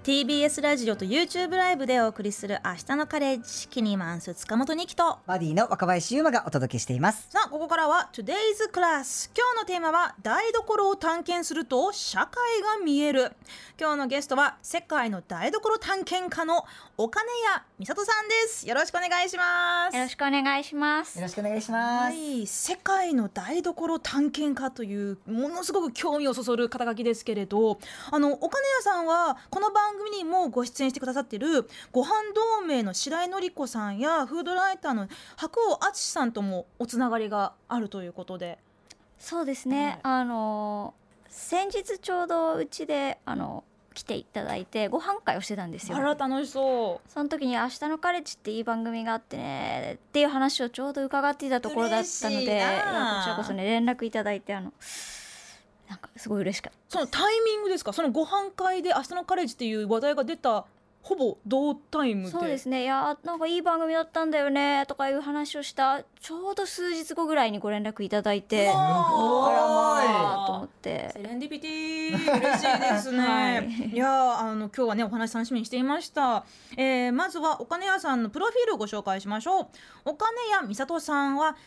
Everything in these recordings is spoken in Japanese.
TBS ラジオと YouTube ライブでお送りする明日のカレッジ、キニマンス塚本二希とバディの若林優馬がお届けしています。 さあ、ここからは Today's Class。 今日のテーマは台所を探検すると社会が見える。今日のゲストは世界の台所探検家の岡根谷美里さんです。よろしくお願いします。 よろしくお願いします。 よろしくお願いします。 はい、世界の台所探検家というものすごく興味をそそる肩書きですけれど、岡根谷さんはこの番組にもご出演してくださっているご飯同盟の白井紀子さんやフードライターの白鸚敦さんともおつながりがあるということで。 そうですね、先日ちょうどうちで来ていただいてご飯会をしてたんですよ。 あら楽しそう。 その時に明日のカレッジっていい番組があってねっていう話をちょうど伺っていたところだったので、こちらこそね連絡いただいてなんかすごい嬉しかった。 そのタイミングですか？そのご飯会で明日のカレッジっていう話題が出たほぼ同タイムで。 そうですね。いやなんかいい番組だったんだよねとかいう話をしたちょうど数日後ぐらいにご連絡いただいて、あらまあと思って、 セレンディピティ嬉しいですね、はい、いや今日はねお話楽しみにしていました。まずは岡根谷さんのプロフィールをご紹介しましょう。岡根谷美里さんは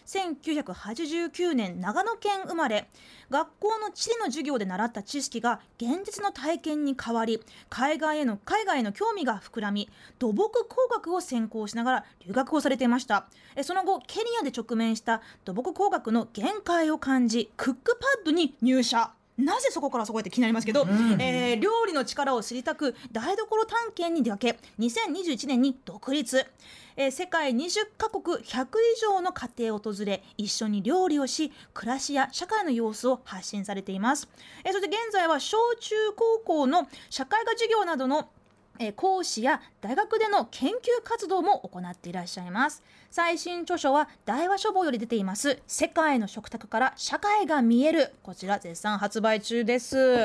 1989年長野県生まれ。学校の地理の授業で習った知識が現実の体験に変わり、海外への興味が膨らみ、土木工学を専攻しながら留学をされていました。その後ケニアで直面した土木工学の限界を感じ、クックパッドに入社。なぜそこからそこへって気になりますけど、料理の力を知りたく台所探検に出かけ、2021年に独立。世界20カ国100以上の家庭を訪れ、一緒に料理をし、暮らしや社会の様子を発信されています。そして現在は小中高校の社会科授業などの講師や大学での研究活動も行っていらっしゃいます。最新著書は大和書房より出ています世界の食卓から社会が見える。こちら絶賛発売中です。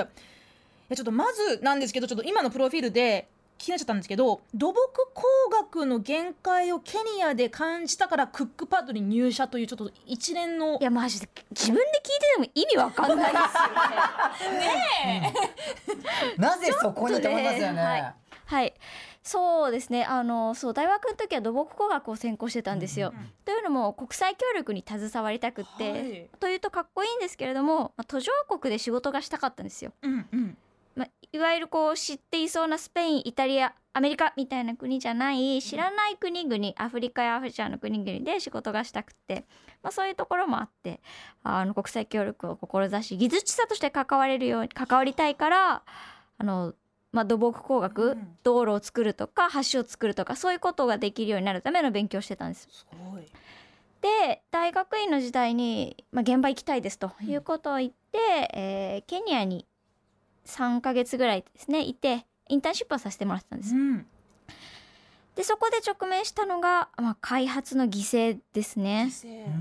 ちょっとまずなんですけど、ちょっと今のプロフィールで気になっちゃったんですけど、土木工学の限界をケニアで感じたからクックパッドに入社というちょっと一連の。 いやマジで自分で聞いてても意味わかんないですよねねえ、なぜそこにと思いますよね。 はい、そうですね。そう大学の時は土木工学を専攻してたんですよ、というのも国際協力に携わりたくって、はい、というとかっこいいんですけれども、途上国で仕事がしたかったんですよ、いわゆるこう知っていそうなスペイン、イタリア、アメリカみたいな国じゃない知らない国々、アフリカやアフジアの国々で仕事がしたくて、そういうところもあって国際協力を志し、技術者として関わりたいから土木工学、道路を作るとか橋を作るとかそういうことができるようになるための勉強をしてたんです。 すごい。 で大学院の時代に、現場行きたいですということを言って、ケニアに3ヶ月ぐらいですねいてインターンシップをさせてもらってたんです、でそこで直面したのが、開発の犠牲ですね。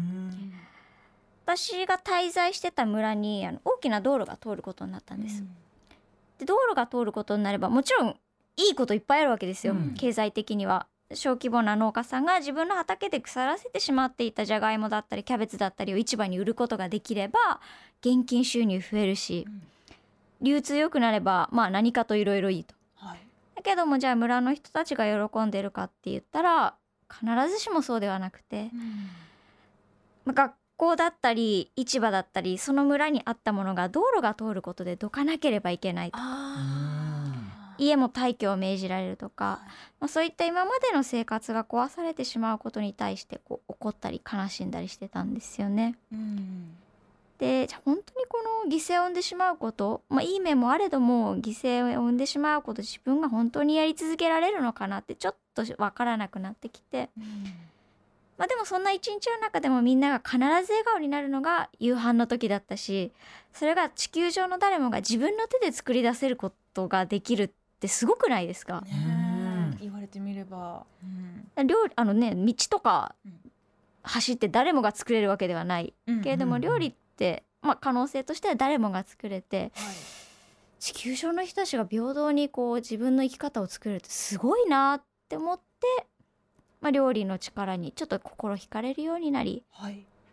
私が滞在してた村に大きな道路が通ることになったんです、で道路が通ることになればもちろんいいこといっぱいあるわけですよ、経済的には。小規模な農家さんが自分の畑で腐らせてしまっていたじゃがいもだったりキャベツだったりを市場に売ることができれば現金収入増えるし、流通良くなれば何かといろいろいいと、だけどもじゃあ村の人たちが喜んでるかって言ったら必ずしもそうではなくて、学校だったり市場だったりその村にあったものが道路が通ることでどかなければいけないとか、家も退去を命じられるとか、そういった今までの生活が壊されてしまうことに対して怒ったり悲しんだりしてたんですよね、で本当にこの犠牲を生んでしまうこと、いい面もあれども犠牲を生んでしまうこと自分が本当にやり続けられるのかなってちょっと分からなくなってきて、でもそんな一日の中でもみんなが必ず笑顔になるのが夕飯の時だったし、それが地球上の誰もが自分の手で作り出せることができるってすごくないですか？ 言われてみれば、 道とか橋って誰もが作れるわけではない、けれども料理って可能性としては誰もが作れて、地球上の人たちが平等に自分の生き方を作れるってすごいなって思って、料理の力にちょっと心惹かれるようになり、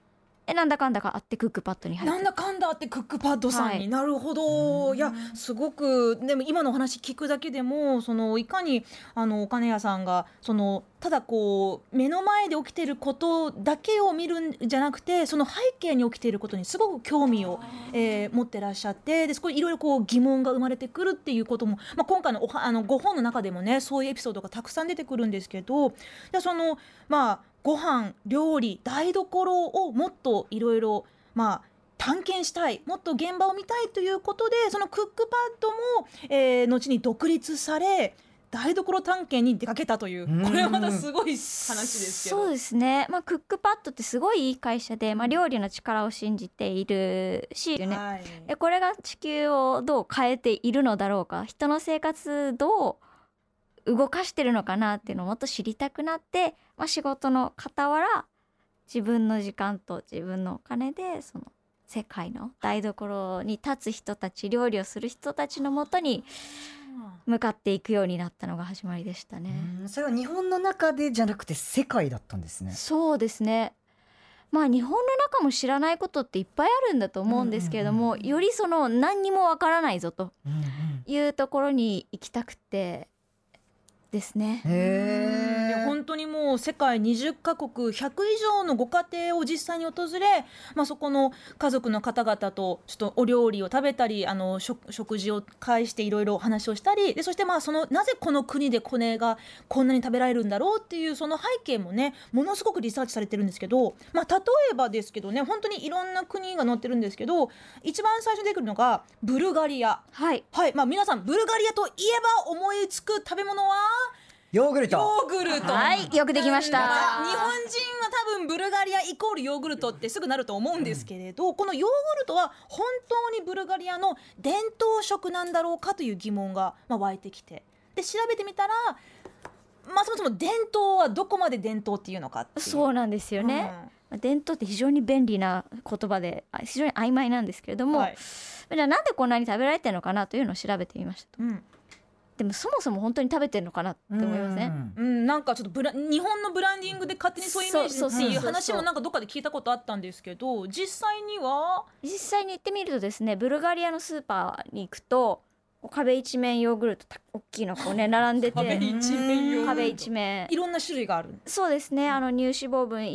なんだかんだがあってクックパッドに入ってなんだかんだあってクックパッドさんに、 はいなるほど。いやすごくでも今のお話聞くだけでもいかにお金屋さんがただこう目の前で起きていることだけを見るんじゃなくて、その背景に起きていることにすごく興味を、持ってらっしゃって、でそこにいろいろこう疑問が生まれてくるっていうことも、今回のご本の中でもねそういうエピソードがたくさん出てくるんですけど、じゃあご飯料理台所をもっといろいろ探検したい、もっと現場を見たいということで、そのクックパッドも、後に独立され台所探検に出かけたという、これはまたすごい話ですけど。 そうですね、クックパッドってすごいいい会社で、料理の力を信じているし、 はいでこれが地球をどう変えているのだろうか、人の生活どう動かしてるのかなっていうのをもっと知りたくなって、仕事の傍ら自分の時間と自分のお金でその世界の台所に立つ人たち、料理をする人たちのもとに向かっていくようになったのが始まりでしたね。 それは日本の中でじゃなくて世界だったんですね。 そうですね、日本の中も知らないことっていっぱいあるんだと思うんですけれども、より何にもわからないぞというところに行きたくてですね。 いや本当にもう世界20カ国100以上のご家庭を実際に訪れ、そこの家族の方々とちょっとお料理を食べたり、食事を介していろいろお話をしたりで、そしてなぜこの国でこれがこんなに食べられるんだろうっていうその背景もねものすごくリサーチされてるんですけど、例えばですけどね、本当にいろんな国が載ってるんですけど、一番最初に出てくるのがブルガリア。 はい、 皆さんブルガリアといえば思いつく食べ物はヨーグルト。 ヨーグルト。 はいよくできました。 日本人は多分ブルガリアイコールヨーグルトってすぐなると思うんですけれど、このヨーグルトは本当にブルガリアの伝統食なんだろうかという疑問が湧いてきて、で調べてみたら、そもそも伝統はどこまで伝統っていうのかっていう。 そうなんですよね、伝統って非常に便利な言葉で非常に曖昧なんですけれども、じゃあなんでこんなに食べられてるのかなというのを調べてみましたと。でもそもそも本当に食べてるのかなって思いません？ なんかちょっと日本のブランディングで勝手にそういうイメージっていう話もなんかどっかで聞いたことあったんですけど、実際に行ってみるとですね、 ブルガリアのスーパーに行くと壁一面ヨーグルト大きいの並んでて壁一面いろんな種類がある。 そうですね、乳脂肪分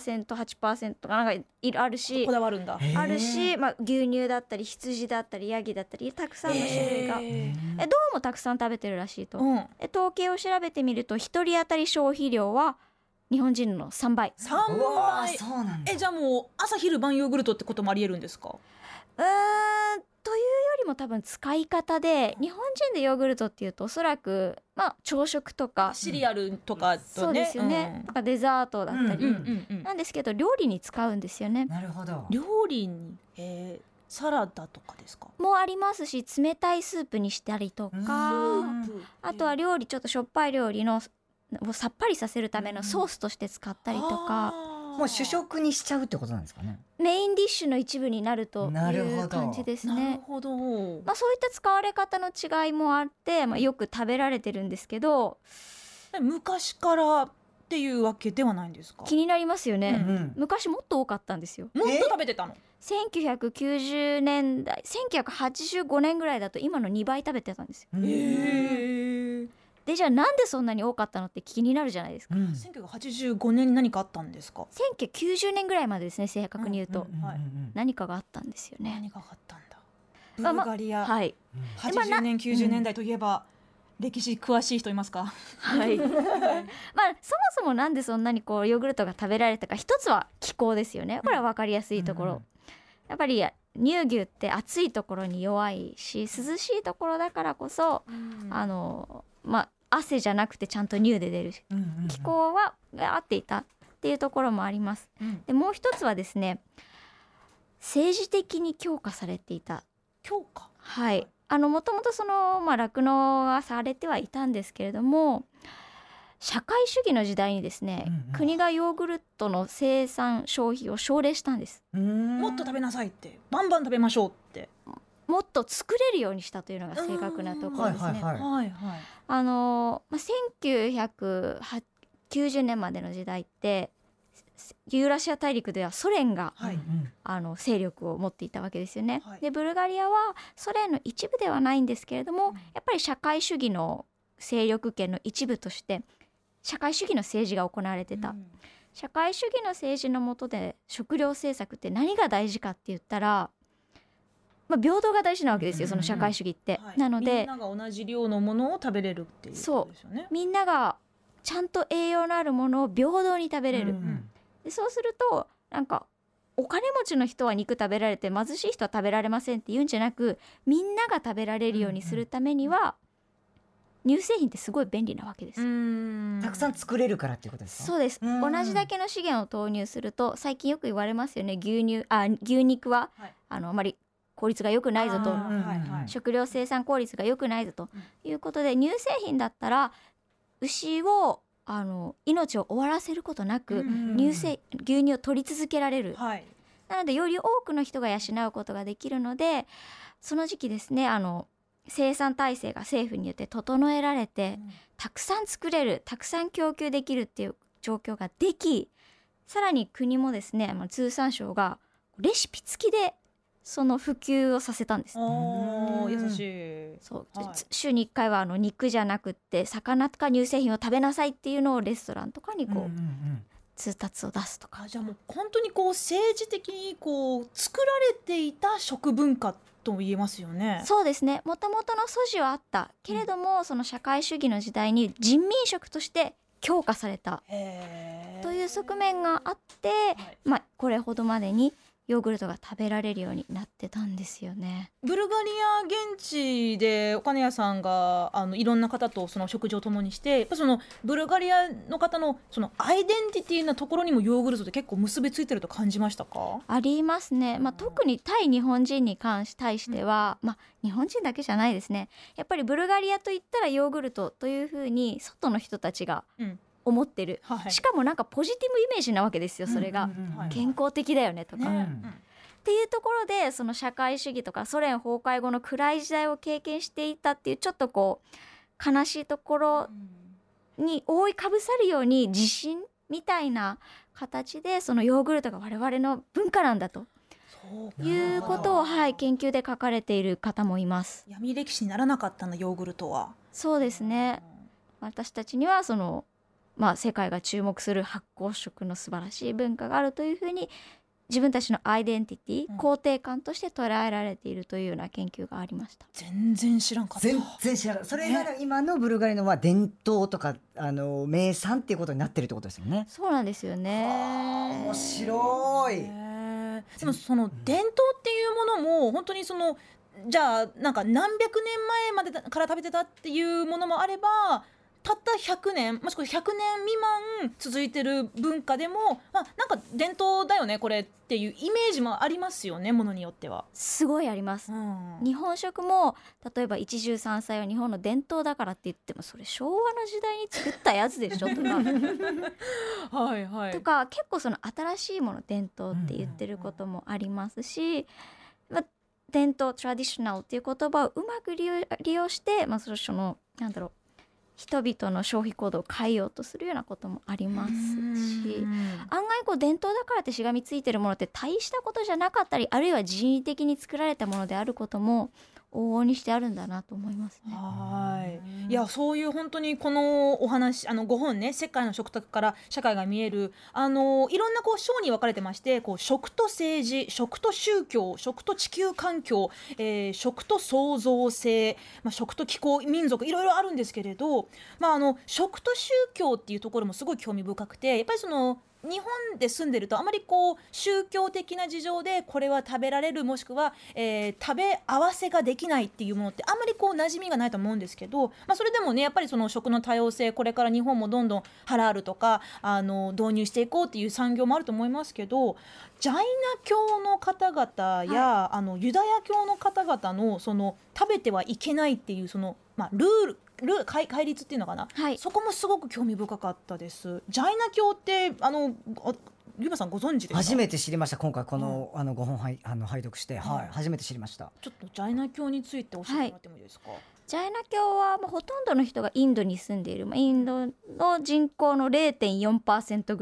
1%、8% とかなんかあるし、 こだわるんだ。 あるし、牛乳だったり羊だったりヤギだったりたくさんの種類が、どうもたくさん食べてるらしいと、統計を調べてみると1人当たり消費量は日本人の3倍。 3倍。 そうなんだ。 じゃあもう朝昼晩ヨーグルトってこともありえるんですか？ というよりも多分使い方で、日本人でヨーグルトっていうとおそらく朝食とかシリアルとかとね、 そうですよね、とかデザートだったりなんですけど、料理に使うんですよね。 なるほど。 料理に、サラダとかですか？ もありますし、冷たいスープにしたりとか、あとは料理ちょっとしょっぱい料理のをさっぱりさせるためのソースとして使ったりとか、 もう主食にしちゃうってことなんですかね。 メインディッシュの一部になるという感じですね。 なるほど。 そういった使われ方の違いもあって、よく食べられてるんですけど、 昔からっていうわけではないんですか？ 気になりますよね、昔もっと多かったんですよ。 もっと食べてたの ？1990年代1985年ぐらいだと今の2倍食べてたんですよ。でじゃあなんでそんなに多かったのって気になるじゃないですか。 1985年に何かあったんですか ？1990年ぐらいまでですね、正確に言うと、何かがあったんですよね。 何があったんだ。ブルガリア、 はい、 80年90年代といえば、歴史詳しい人いますか？ はいそもそもなんでそんなにヨーグルトが食べられたか、一つは気候ですよね。これは分かりやすいところ、やっぱり乳牛って暑いところに弱いし、涼しいところだからこそ、汗じゃなくてちゃんと乳で出る気候は合っていたっていうところもあります、でもう一つはですね、政治的に強化されていた。 強化？ はい、もともと酪農がされてはいたんですけれども、社会主義の時代にですね、国がヨーグルトの生産消費を奨励したんです。 もっと食べなさいって、バンバン食べましょうって、 もっと作れるようにしたというのが正確なところですね。1990年までの時代ってユーラシア大陸ではソ連が、 はい勢力を持っていたわけですよね、 はいでブルガリアはソ連の一部ではないんですけれども、やっぱり社会主義の勢力圏の一部として社会主義の政治が行われてた、社会主義の政治の下で食料政策って何が大事かって言ったら、平等が大事なわけですよ、その社会主義って、 はいみなのでんなが同じ量のものを食べれるっていうことですよね。 みんながちゃんと栄養のあるものを平等に食べれる、でそうするとなんかお金持ちの人は肉食べられて貧しい人は食べられませんって言うんじゃなく、みんなが食べられるようにするためには、乳製品ってすごい便利なわけですよ、 たくさん作れるからっていうことですか？ そうです、 うん同じだけの資源を投入すると最近よく言われますよね、牛肉は、 はいあまり効率が良くないぞと、 あーはいはい食料生産効率が良くないぞということで、乳製品だったら牛を命を終わらせることなく、牛乳を取り続けられる、 はいなのでより多くの人が養うことができるので、その時期ですね、生産体制が政府によって整えられて、たくさん作れる、たくさん供給できるっていう状況ができ、さらに国もですね、通産省がレシピ付きでその普及をさせたんです。 優しい。 そう、 はい週に1回は肉じゃなくって魚とか乳製品を食べなさいっていうのをレストランとかに通達を出すとか、 じゃあもう本当に政治的に作られていた食文化とも言えますよね。 そうですね、もともとの素地はあったけれども、その社会主義の時代に人民食として強化されたという側面があって、これほどまでにヨーグルトが食べられるようになってたんですよね。 ブルガリア現地でお金屋さんがいろんな方とその食事を共にして、やっぱそのブルガリアの方のそのアイデンティティなところにもヨーグルトって結構結びついてると感じましたか？ ありますね、特に対日本人に対しては、日本人だけじゃないですね、やっぱりブルガリアといったらヨーグルトというふうに外の人たちが思ってる、 はいしかもなんかポジティブイメージなわけですよ、それが、 はい健康的だよねとか、っていうところで、その社会主義とかソ連崩壊後の暗い時代を経験していたっていうちょっと悲しいところに覆いかぶさるように自信みたいな形で、そのヨーグルトが我々の文化なんだということを、研究で書かれている方もいます。 闇歴史にならなかったんだヨーグルトは。 そうですね、私たちにはその、世界が注目する発酵食の素晴らしい文化があるというふうに、自分たちのアイデンティティ、肯定感として捉えられているというような研究がありました。 全然知らんかった。 全然知らなかった。それが今のブルガリアの伝統とか名産っていうことになってるってことですよね。 そうなんですよね。 面白い。 でもその伝統っていうものも本当にじゃあなんか何百年前までから食べてたっていうものもあれば、たった100年もしくは100年未満続いてる文化でも、なんか伝統だよねこれっていうイメージもありますよね、ものによっては。 すごいあります、日本食も例えば一汁三菜は日本の伝統だからって言っても、それ昭和の時代に作ったやつでしょとかはいはい。 とか、結構その新しいもの伝統って言ってることもありますし、伝統トラディショナルっていう言葉をうまく利用して、そのなんだろう、人々の消費行動を変えようとするようなこともありますし、案外伝統だからってしがみついてるものって大したことじゃなかったり、あるいは人為的に作られたものであることも往々にしてあるんだなと思いますね。 いや、そういう本当にこのお話5本ね、世界の食卓から社会が見えるいろんな章に分かれてまして、食と政治、食と宗教、食と地球環境、食と創造性、食と気候、民族、いろいろあるんですけれど、食と宗教っていうところもすごい興味深くて、やっぱり日本で住んでるとあまり宗教的な事情でこれは食べられる、もしくは、食べ合わせができないっていうものってあんまり馴染みがないと思うんですけど、それでもね、やっぱりその食の多様性、これから日本もどんどんハラールとか導入していこうっていう産業もあると思いますけど、ジャイナ教の方々や、ユダヤ教の方々の食べてはいけないっていうルール戒律っていうのかな、そこもすごく興味深かったです。ジャイナ教ってゆうまさんご存知ですか？ 初めて知りました。今回この、5本拝読して、初めて知りました。 ちょっとジャイナ教について教えてもらってもいいですか？ ジャイナ教はほとんどの人がインドに住んでいる、インドの人口の 0.4% ぐらい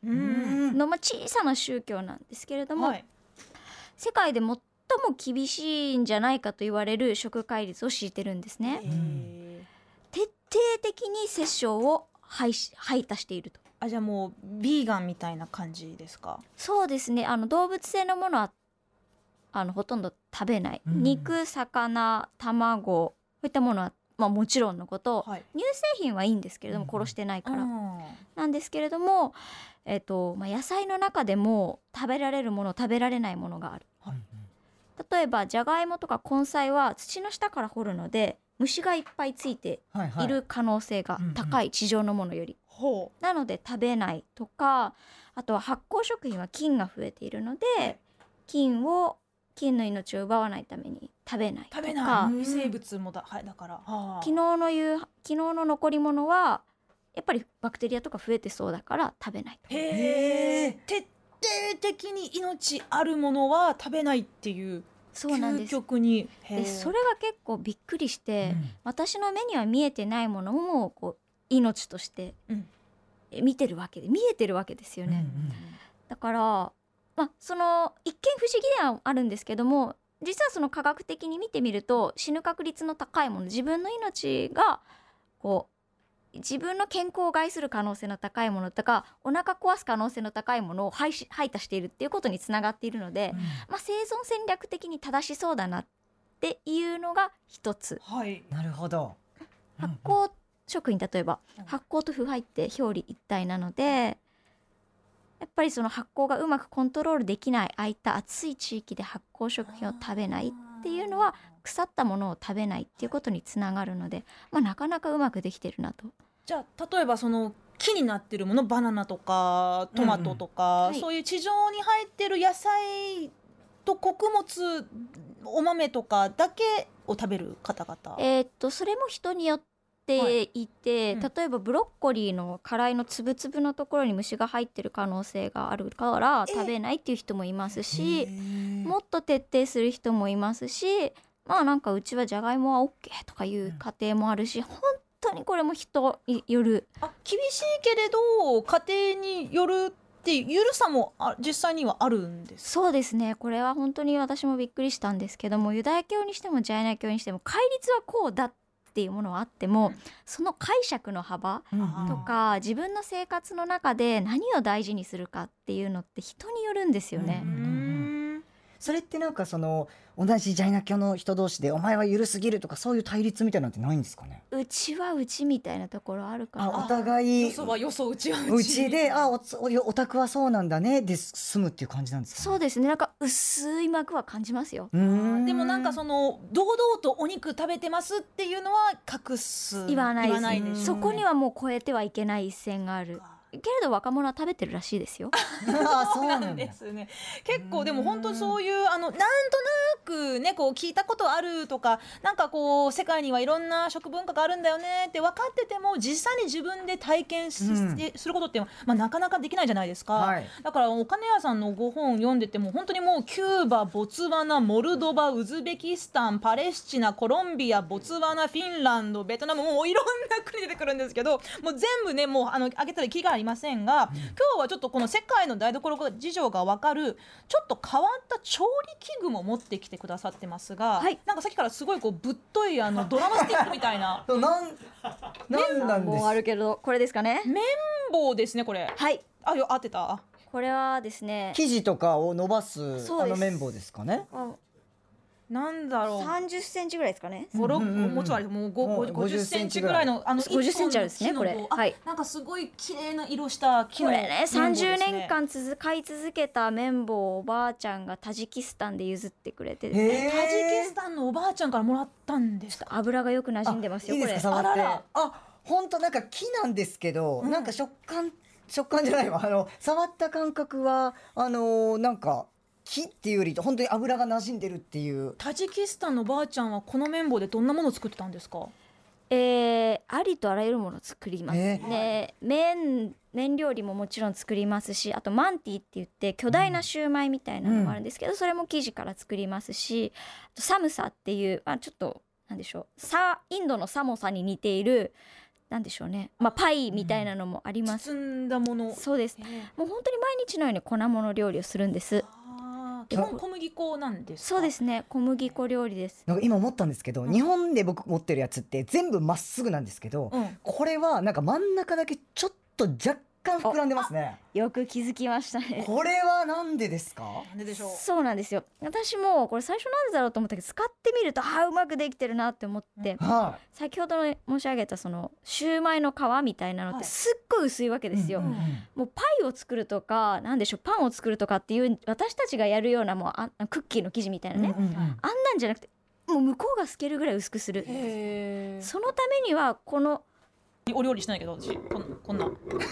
うんの、小さな宗教なんですけれども、 はい世界で最も厳しいんじゃないかと言われる食戒律を敷いてるんですね。徹底的に殺生を排他していると。 あ、じゃあもうビーガンみたいな感じですか？ そうですね、動物性のものはほとんど食べない、肉、魚、卵、こういったものは、もちろんのこと、 はい乳製品はいいんですけれども、殺してないから、 うんなんですけれども、野菜の中でも食べられるもの、食べられないものがある。例えばじゃがいもとか根菜は土の下から掘るので虫がいっぱいついている可能性が高い、地上のものより。 ほなので食べないとか、あとは発酵食品は菌が増えているので、菌の命を奪わないために食べないとか。 食べない微生物もだから、 昨日の残り物はやっぱりバクテリアとか増えてそうだから食べないとか。 へえ、徹底的に命あるものは食べないっていう究そうなんです。 極に。 でそれが結構びっくりして、私の目には見えてないものもこう命として見えてるわけですよね。だからその一見不思議ではあるんですけども、実はその科学的に見てみると死ぬ確率の高いもの、自分の命がこう自分の健康を害する可能性の高いものとか、お腹壊す可能性の高いものを排他しているっていうことにつながっているので、生存戦略的に正しそうだなっていうのが一つ。 はい、 なるほど。 発酵食品、例えば発酵と腐敗って表裏一体なので、やっぱりその発酵がうまくコントロールできない、空いた暑い地域で発酵食品を食べないっていうのは、腐ったものを食べないっていうことにつながるので、なかなかうまくできてるなと。 じゃあ例えばその木になってるもの、バナナとかトマトとか、 はいそういう地上に入ってる野菜と穀物、お豆とかだけを食べる方々。 それも人によっていて、例えばブロッコリーの辛いのつぶつぶのところに虫が入ってる可能性があるから食べないっていう人もいますし、もっと徹底する人もいますし、なんかうちはじゃがいもは OK とかいう家庭もあるし、本当にこれも人による。 厳しいけれど家庭によるっていう緩さも実際にはあるんです。 そうですね、これは本当に私もびっくりしたんですけども、ユダヤ教にしてもジャイナ教にしても戒律はこうだっていうものはあっても、その解釈の幅とか、自分の生活の中で何を大事にするかっていうのって人によるんですよね。 それってなんかその同じジャイナ教の人同士でお前は緩すぎるとか、そういう対立みたいなのってないんですかね？ うちはうちみたいなところあるから、 お互いよそはよそ、うちはうちでお宅はそうなんだねで済むっていう感じなんですかね？ そうですね、なんか薄い膜は感じますよ。 でもなんかその堂々とお肉食べてますっていうのは隠す、 言わないです。 そこにはもう越えてはいけない一線があるけれど、若者は食べてるらしいですよ。 そうなんですね。結構でも本当にそういうなんとなくね、こう聞いたことあるとか、なんかこう世界にはいろんな食文化があるんだよねって分かってても、実際に自分で体験することってなかなかできないじゃないですか。だからお金屋さんのご本読んでても、本当にもうキューバ、ボツワナ、モルドバ、ウズベキスタン、パレスチナ、コロンビア、ボツワナ、フィンランド、ベトナム、もういろんな国出てくるんですけど、もう全部ね、もう挙げたらキリがありませんが、今日はちょっとこの世界の台所事情が分かるちょっと変わった調理器具も持ってきてくださってますが、なんかさっきからすごいこうぶっといドラマスティックみたいななんなんですもうあるけど、これですかね。 綿棒ですね、これ。 はい、 合ってた。 これはですね、 生地とかを伸ばす綿棒ですかね？ なんだろう、 30センチぐらいですかね。 もうちょいあれ、もう50センチぐらいの 50センチあるですね、これ。 なんかすごい綺麗な色した木のこれね、30年間使い続けた綿棒をおばあちゃんがタジキスタンで譲ってくれてですね、 タジキスタンのおばあちゃんからもらったんですか？ 油がよく馴染んでますよ、これ。 いいですか、触って。本当なんか木なんですけど、なんか食感じゃないわ、触った感覚はなんか木っていうより本当に油が馴染んでるっていう。 タジキスタンのばあちゃんはこの綿棒でどんなものを作ってたんですか？ ありとあらゆるものを作りますね。麺料理ももちろん作りますし、あとマンティって言って巨大なシューマイみたいなのもあるんですけど、それも生地から作りますし、あとサムサっていう、ちょっとなんでしょう、インドのサモサに似ているなんでしょうね、まあ、パイみたいなのもあります、 包んだもの。 そうです。もう本当に毎日のように粉物料理をするんです。 基本小麦粉なんですか？ そうですね、小麦粉料理です。 なんか今思ったんですけど、日本で僕持ってるやつって全部まっすぐなんですけど、これはなんか真ん中だけちょっと若干膨らんでますね。 よく気づきましたね。 これはなんでですか？ なんででしょう。 そうなんですよ。私もこれ最初なんでだろうと思ったけど、使ってみるとうまくできてるなって思って、 は先ほど申し上げたそのシューマイの皮みたいなのってすっごい薄いわけですよ、もうパイを作るとかなんでしょう、パンを作るとかっていう私たちがやるようなもうクッキーの生地みたいなね、あんなんじゃなくてもう向こうが透けるぐらい薄くする。そのためにはこのお料理しないけど私こんな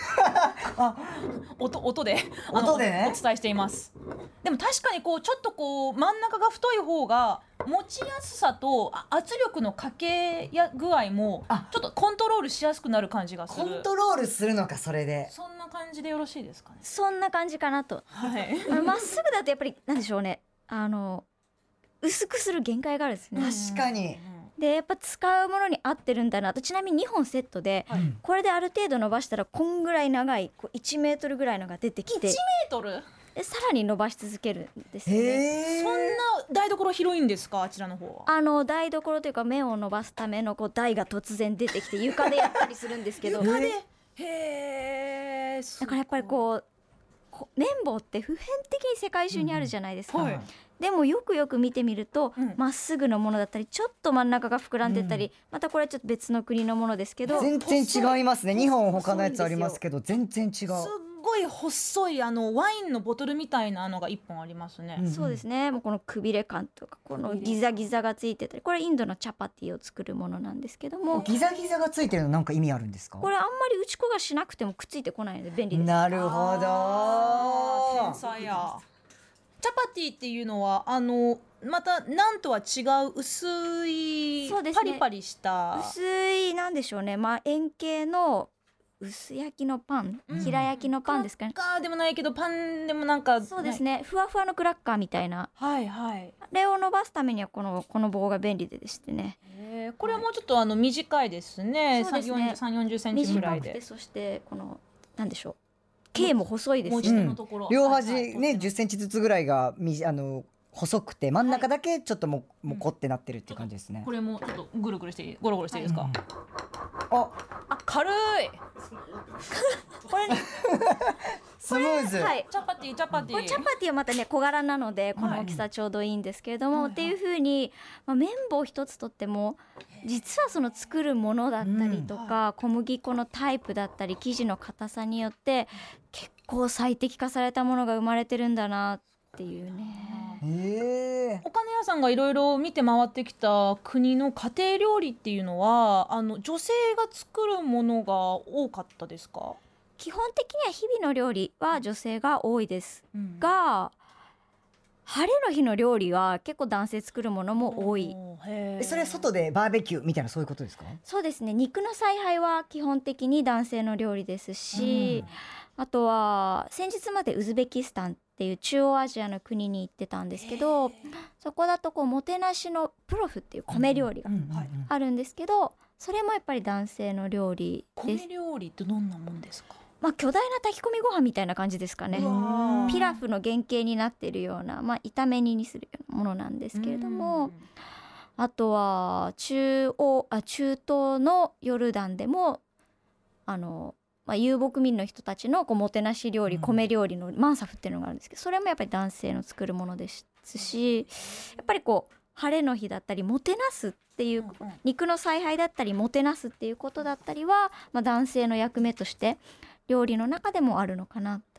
音でねお伝えしています。でも確かにこうちょっとこう真ん中が太い方が持ちやすさと圧力のかけや具合もちょっとコントロールしやすくなる感じがする。 コントロールするのか、それで。 そんな感じでよろしいですかね？ そんな感じかなと。 はいまっすぐだとやっぱりなんでしょうね、薄くする限界があるんですね。 確かに。 でやっぱ使うものに合ってるんだなと。ちなみに2本セットで、これである程度伸ばしたらこんぐらい長い1メートルぐらいのが出てきて、 1メートルでさらに伸ばし続けるんですよね。 そんな台所広いんですか？あちらの方は。 台所というか麺を伸ばすためのこう台が突然出てきて床でやったりするんですけど床でへー、 だからやっぱりこう綿棒って普遍的に世界中にあるじゃないですか、でもよくよく見てみるとま、っすぐのものだったりちょっと真ん中が膨らんでたり、またこれはちょっと別の国のものですけど全然違いますね。2本他のやつありますけど全然違う。 すっごい細いワインのボトルみたいなのが1本ありますね、 そうですね。もうこのくびれ感とかこのギザギザがついてたり、これインドのチャパティを作るものなんですけども、 ギザギザがついてるのなんか意味あるんですか？ これあんまり打ち粉がしなくてもくっついてこないので便利です。 なるほど。 天才や。チャパティっていうのはまたなんとは違う薄い、 そうですね、 パリパリした薄いなんでしょうね、まあ円形の薄焼きのパン、平焼きのパンですかね。 クラッカーでもないけどパンでもなんかそうですね、ふわふわのクラッカーみたいな、あれを伸ばすためにはこの棒が便利でしてね。 これはもうちょっと短いですね。 そうですね、 3、40センチぐらいで。 短くて、そしてこのなんでしょう、径も細いですし、 両端ね10センチずつぐらいが細くて真ん中だけちょっともうこってなってるっていう感じですね。 これもちょっとぐるぐるしていい、ゴロゴロしていいですか？ あ、 軽いこれねスムーズ。 はい、 チャパティこれチャパティはまたね小柄なのでこの大きさちょうどいいんですけれども、っていう風に、綿棒一つとっても実はその作るものだったりとか、小麦粉のタイプだったり生地の硬さによって結構最適化されたものが生まれてるんだなっていうね。 お金屋さんがいろいろ見て回ってきた国の家庭料理っていうのは女性が作るものが多かったですか？ 基本的には日々の料理は女性が多いですが、晴れの日の料理は結構男性作るものも多い。 それは外でバーベキューみたいなそういうことですか？ そうですね、肉の采配は基本的に男性の料理ですし、あとは先日までウズベキスタンっていう中央アジアの国に行ってたんですけど、そこだとこうもてなしのプロフっていう米料理があるんですけど、それもやっぱり男性の料理です。 米料理ってどんなもんですか？ まあ、巨大な炊き込みご飯みたいな感じですかね。ピラフの原型になっているような、まあ、炒め煮にするようなものなんですけれども、あとは中東のヨルダンでも遊牧民の人たちのこうもてなし料理、米料理のマンサフっていうのがあるんですけど、それもやっぱり男性の作るものですし、やっぱりこう晴れの日だったりもてなすっていう、肉の采配だったりもてなすっていうことだったりは、まあ、男性の役目として料理の中でもあるのかなと。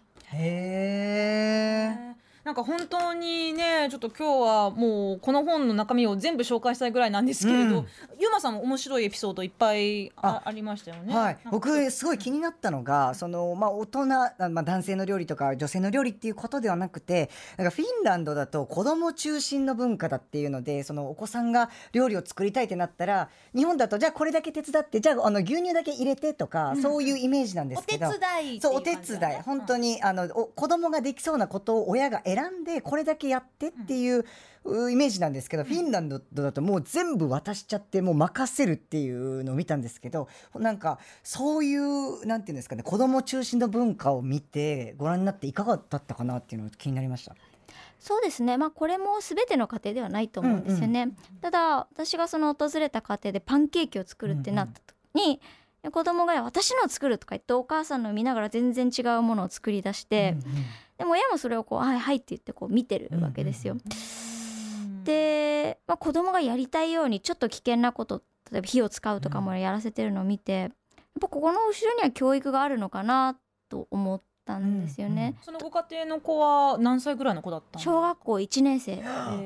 なんか本当にね、ちょっと今日はもうこの本の中身を全部紹介したいぐらいなんですけれど、ゆうまさんも面白いエピソードいっぱい ありましたよね。 はい、僕すごい気になったのが大人、男性の料理とか女性の料理っていうことではなくて、なんかフィンランドだと子供中心の文化だっていうので、そのお子さんが料理を作りたいってなったら、日本だとじゃあこれだけ手伝って、じゃあ牛乳だけ入れてとか、そういうイメージなんですけど、 お手伝いっていうそうお手伝い、本当に子供ができそうなことを親が選選んでこれだけやってっていうイメージなんですけど、フィンランドだともう全部渡しちゃってもう任せるっていうのを見たんですけど、なんかそういうなんていうんですかね、子供中心の文化を見てご覧になっていかがだったかなっていうのが気になりました。 そうですね、これも全ての家庭ではないと思うんですよね、ただ私がその訪れた家庭でパンケーキを作るってなった時に、子供が私のを作るとか言ってお母さんのを見ながら全然違うものを作り出して、でも親もそれをこうはいはいって言ってこう見てるわけですよ、で、子供がやりたいようにちょっと危険なこと、例えば火を使うとかもやらせてるのを見て、やっぱここの後ろには教育があるのかなと思ったんですよね、 そのご家庭の子は何歳ぐらいの子だったの？ 小学校1年生。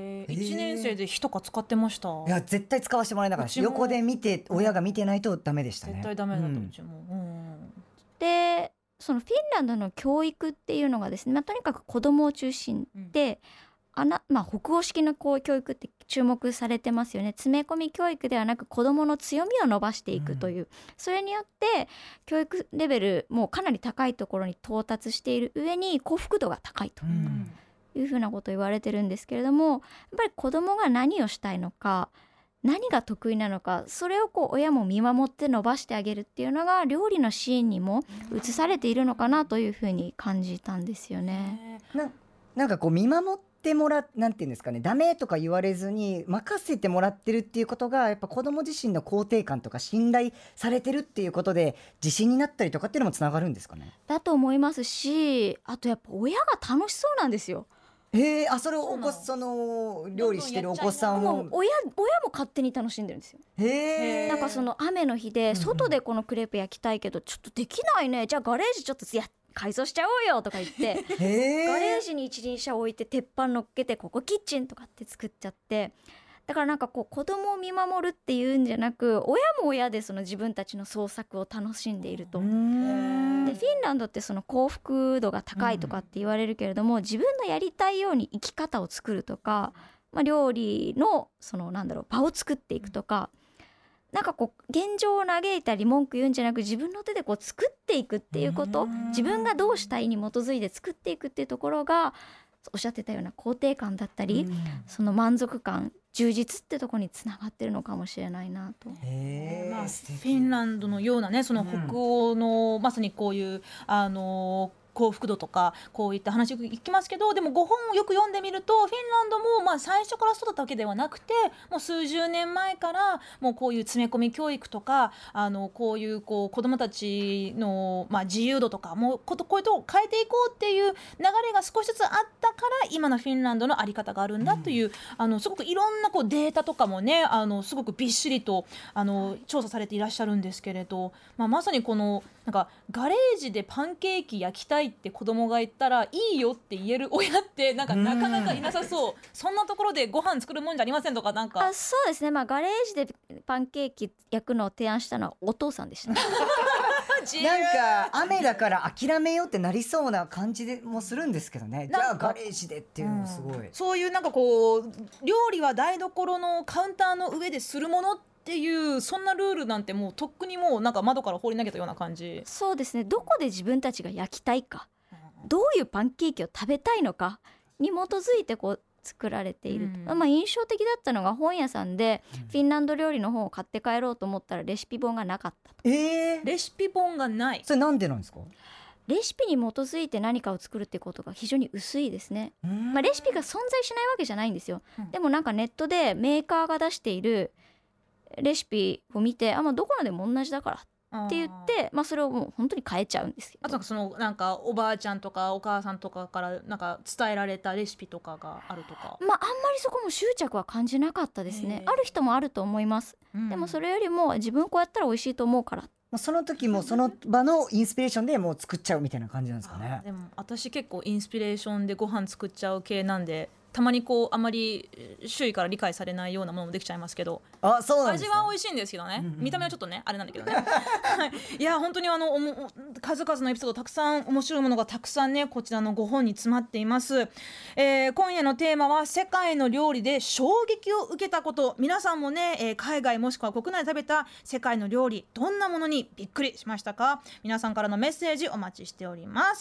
1年生で火とか使ってました？ いや絶対使わせてもらえなかったです。横で見て親が見てないとダメでしたね。 絶対ダメだった、うちも、 でそのフィンランドの教育っていうのがですね、とにかく子供を中心で、北欧式のこう教育って注目されてますよね。詰め込み教育ではなく子どもの強みを伸ばしていくという、それによって教育レベルもかなり高いところに到達している上に幸福度が高いというふうなことを言われてるんですけれども、やっぱり子どもが何をしたいのか、何が得意なのか、それをこう親も見守って伸ばしてあげるっていうのが料理のシーンにも映されているのかなというふうに感じたんですよね。 なんかこう見守ってもらなんていうんですかね、ダメとか言われずに任せてもらってるっていうことがやっぱ子供自身の肯定感とか信頼されてるっていうことで自信になったりとかっていうのもつながるんですかね。 だと思いますし、あとやっぱ親が楽しそうなんですよ。 それをその料理してるお子さんを親も勝手に楽しんでるんですよ。なんかその雨の日で外でこのクレープ焼きたいけどちょっとできないね、じゃあガレージちょっと改装しちゃおうよとか言ってガレージに一輪車置いて鉄板乗っけてここキッチンとかって作っちゃって、だからなんかこう子供を見守るっていうんじゃなく、親も親でその自分たちの創作を楽しんでいると。でフィンランドってその幸福度が高いとかって言われるけれども、自分のやりたいように生き方を作るとか、料理のその場を作っていくとか、なんかこう現状を嘆いたり文句言うんじゃなく、自分の手でこう作っていくっていうこと、自分がどうしたいに基づいて作っていくっていうところが、おっしゃってたような肯定感だったり、その満足感、充実ってところにつながってるのかもしれないなと。 フィンランドのようなね、その北欧のまさにこういう幸福度とかこういった話よく聞きますけど、でもご本をよく読んでみるとフィンランドも最初からそうだったわけではなくて、もう数十年前からもうこういう詰め込み教育とかこういう子どもたちの自由度とかもこういうとを変えていこうっていう流れが少しずつあったから今のフィンランドのあり方があるんだという、すごくいろんなデータとかもねすごくびっしりと調査されていらっしゃるんですけれど、まさにこのなんかガレージでパンケーキ焼きたいって子供が言ったらいいよって言える親ってなかなかいなさそう。そんなところでご飯作るもんじゃありませんとかそうですね、ガレージでパンケーキ焼くのを提案したのはお父さんでしたなんか雨だから諦めようってなりそうな感じでもするんですけどね。じゃあガレージでっていうのもすごい、 そういう料理は台所のカウンターの上でするものっていうそんなルールなんてもうとっくにもう窓から放り投げたような感じ。 そうですね、どこで自分たちが焼きたいか、どういうパンケーキを食べたいのかに基づいて作られていると、印象的だったのが本屋さんでフィンランド料理の本を買って帰ろうと思ったらレシピ本がなかったと。 レシピ本がない。 それなんでなんですか？ レシピに基づいて何かを作るってことが非常に薄いですね。レシピが存在しないわけじゃないんですよ、でもなんかネットでメーカーが出しているレシピを見てどこのでも同じだからって言って、それをもう本当に変えちゃうんですけど、 あとなんかおばあちゃんとかお母さんとかからなんか伝えられたレシピとかがあるとか、 あんまりそこも執着は感じなかったですね。ある人もあると思います、でもそれよりも自分こうやったら美味しいと思うから、 その時もその場のインスピレーションでもう作っちゃうみたいな感じなんですかね。 でも私結構インスピレーションでご飯作っちゃう系なんで、たまにあまり周囲から理解されないようなものもできちゃいますけど、 そうなんですね、 味は美味しいんですけどね、見た目はちょっとねあれなんだけどねいや本当に数々のエピソードたくさん面白いものがたくさんねこちらのご本に詰まっています、今夜のテーマは世界の料理で衝撃を受けたこと。皆さんもね、海外もしくは国内で食べた世界の料理どんなものにびっくりしましたか？皆さんからのメッセージお待ちしております。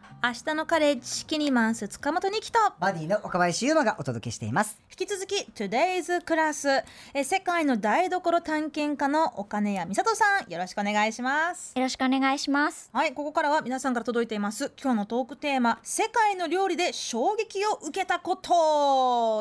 明日のカレッジキニマンス塚本にきとバディの若林優馬がお届けしています。 引き続き Today's クラス、世界の台所探検家の岡根谷美里さん、よろしくお願いします。 よろしくお願いします。 はい、ここからは皆さんから届いています今日のトークテーマ、世界の料理で衝撃を受けたこと。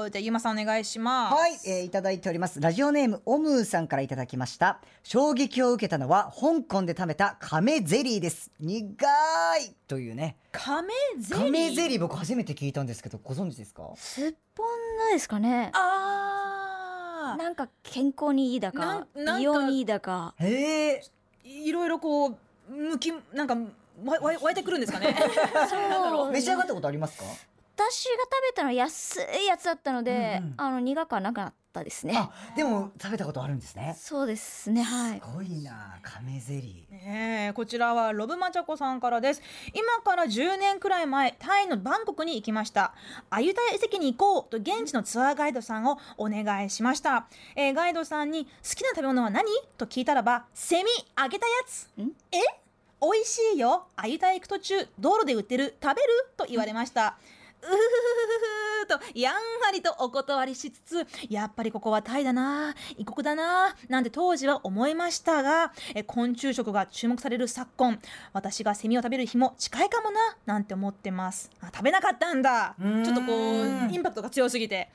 じゃあゆうまさんお願いします。 はい、いただいております。ラジオネームオムーさんからいただきました。衝撃を受けたのは香港で食べた亀ゼリーです。苦いというね。 亀ゼリー。 亀ゼリー僕初めて聞いたんですけど、ご存知ですか？ すっぽんのですかね。なんか健康にいいだか美容にいいだか、 へえ。 いろいろこうなんか湧いてくるんですかね。 そう召し上がったことありますか？ 私が食べたのは安いやつだったので、苦くはなかったですね。 あ、でも食べたことあるんですね。 そうですね、はい。 すごいな、亀ゼリー。こちらはロブマチャコさんからです。今から10年くらい前、タイのバンコクに行きました。アユタヤ遺跡に行こうと現地のツアーガイドさんをお願いしました。ガイドさんに好きな食べ物は何と聞いたらば、セミ揚げたやつ。美味しいよ。アユタヤ行く途中道路で売ってる、食べると言われました。うふふふふとやんわりとお断りしつつ、やっぱりここはタイだな、異国だななんて当時は思いましたが、昆虫食が注目される昨今、私がセミを食べる日も近いかもななんて思ってます。食べなかったんだ。ちょっとこうインパクトが強すぎて。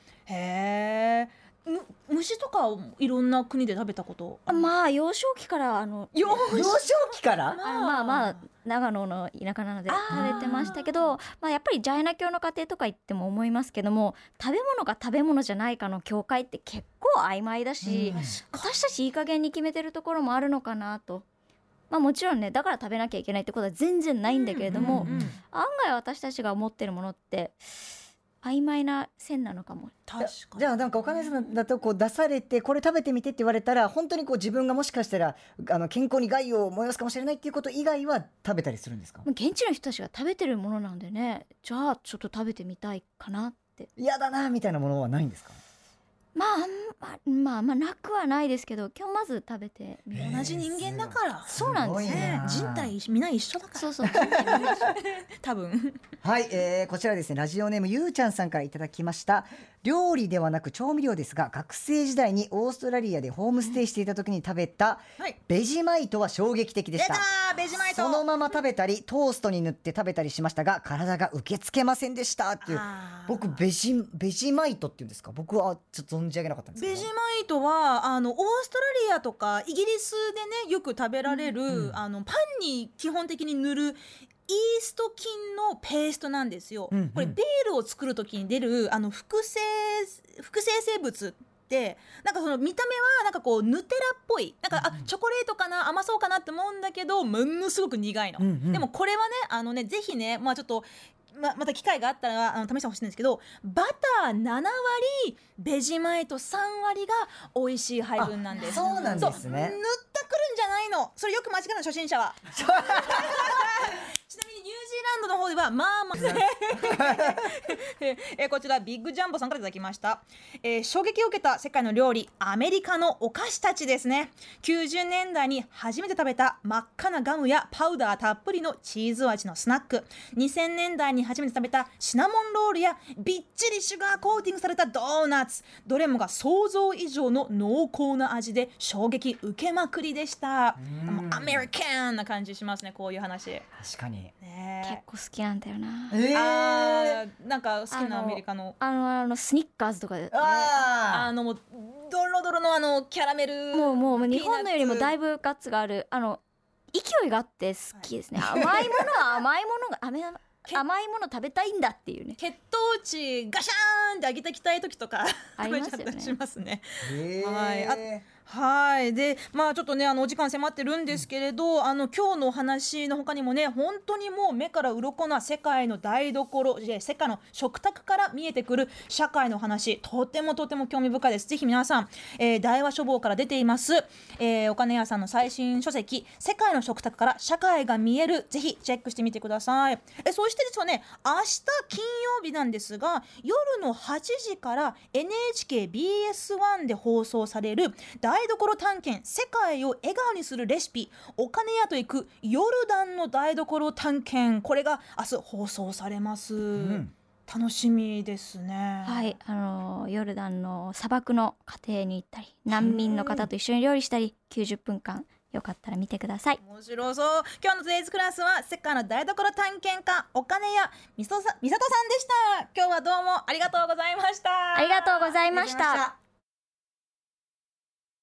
虫とかいろんな国で食べたこと？ まあ幼少期から幼少期からまあ長野の田舎なので食べてましたけど、やっぱりジャイナ教の家庭とか行っても思いますけども、食べ物が食べ物じゃないかの境界って結構曖昧だし、私たちいい加減に決めてるところもあるのかなと。もちろんね、だから食べなきゃいけないってことは全然ないんだけれども、案外私たちが思ってるものって曖昧な線なのかも。 確かに。 じゃあなんか岡根さんだとこう出されてこれ食べてみてって言われたら、本当にこう自分がもしかしたら健康に害を催すかもしれないっていうこと以外は食べたりするんですか？ 現地の人たちが食べてるものなんでね、じゃあちょっと食べてみたいかなって。 嫌だなみたいなものはないんですか？ なくはないですけど、今日まず食べてみる。 同じ人間だから。 そうなんですね。 人体みんな一緒だから。 そう人体みんな一緒多分。 はい、こちらですね、ラジオネームゆうちゃんさんからいただきました。料理ではなく調味料ですが、学生時代にオーストラリアでホームステイしていた時に食べたベジマイトは衝撃的でした。 ベジマイト。 そのまま食べたりトーストに塗って食べたりしましたが、体が受け付けませんでしたっていう。僕ベジマイトっていうんですか、僕はちょっと存じ上げなかったんですけど。 ベジマイトはオーストラリアとかイギリスでねよく食べられる、パンに基本的に塗るイースト菌のペーストなんですよ。これビールを作る時に出る複製生物ってなんかその見た目はなんかこうヌテラっぽい、なんかチョコレートかな、甘そうかなって思うんだけどものすごく苦いの。でもこれはねぜひね、ちょっとまた機会があったら試してほしいんですけど、バター7割ベジマイト3割が美味しい配分なんです。 そうなんですね。 塗ったくるんじゃないの。それよく間違えるの初心者は。ちなみにニュージーランドの方ではこちらビッグジャンボさんからいただきました。衝撃を受けた世界の料理、アメリカのお菓子たちですね。90年代に初めて食べた真っ赤なガムやパウダーたっぷりのチーズ味のスナック、2000年代に初めて食べたシナモンロールやびっちりシュガーコーティングされたドーナツ、どれもが想像以上の濃厚な味で衝撃受けまくりでした。アメリカンな感じしますね、こういう話。 確かに、 結構好きなんだよな。 なんか好きなアメリカのスニッカーズとかで、 もうドロドロのキャラメル、 もう日本のよりもだいぶガッツがある勢いがあって好きですね。甘いものは甘いもの食べたいんだっていうね。 血糖値ガシャーンって上げていきたい時とかありますよね。 食べちゃったりしますね。はいでちょっとねお時間迫ってるんですけれど、今日のお話の他にもね、本当にもう目から鱗な世界の台所、世界の食卓から見えてくる社会の話、とても興味深いです。ぜひ皆さん、大和書房から出ています、岡根谷さんの最新書籍、世界の食卓から社会が見える、ぜひチェックしてみてください。そして実はね、明日金曜日なんですが、夜の8時から NHKBS1 で放送される大台所探検世界を笑顔にするレシピお金屋と行くヨルダンの台所探検、これが明日放送されます、楽しみですね。 はい、ヨルダンの砂漠の家庭に行ったり難民の方と一緒に料理したり90分間よかったら見てください。 面白そう。今日のトゥデイズクラスは世界の台所探検家お金屋美里さんでした。今日はどうもありがとうございました。 ありがとうございましできましたた。